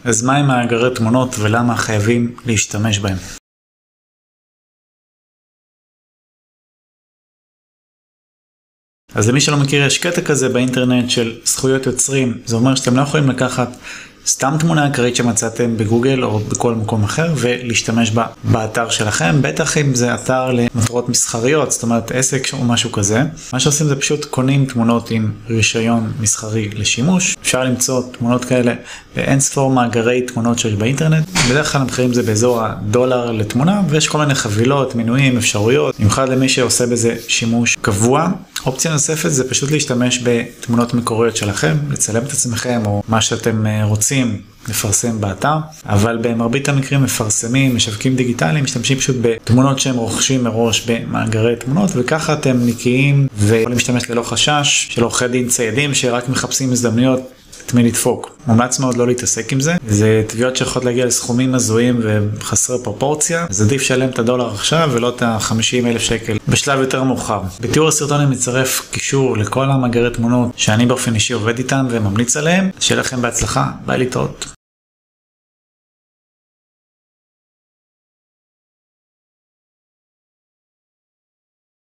אז מה עם מאגרי תמונות ולמה חייבים להשתמש בהם? אז למי שלא מכיר, יש קטע כזה באינטרנט של זכויות יוצרים. זה אומר שאתם לא יכולים לקחת סתם תמונה עיקרית שמצאתם בגוגל או בכל מקום אחר ולהשתמש בה באתר שלכם, בטח אם זה אתר למטרות מסחריות, זאת אומרת עסק או משהו כזה. מה שעושים זה פשוט קונים תמונות עם רישיון מסחרי לשימוש. אפשר למצוא תמונות כאלה באין ספור מאגרי תמונות שיש באינטרנט. בדרך כלל המחירים זה באזור $1 לתמונה, ויש כל מיני חבילות, מנויים, אפשרויות, במיוחד למי שעושה בזה שימוש קבוע. אופציה נוספת זה פשוט להשתמש בתמונות מקוריות שלכם, לצלם את עצמכם או מה שאתם רוצים לפרסם באתר, אבל במרבית המקרים מפרסמים, משווקים דיגיטליים, משתמשים פשוט בתמונות שהם רוכשים מראש במאגרי תמונות, וככה אתם נקיים ויכולים להשתמש ללא חשש של עורכי דין ציידים שרק מחפשים הזדמניות את מי לדפוק. מומלץ מאוד לא להתעסק עם זה. זה תביעות שיכולות להגיע לסכומים הזויים וחסרי פרופורציה. אז עדיף לשלם את $1 עכשיו ולא את $50,000 בשלב יותר מאוחר. בתיאור הסרטון אני מצרף קישור לכל המאגרי תמונות שאני באופן אישי עובד איתם וממליץ עליהם. שיהיה לכם בהצלחה. ביי, להתראות.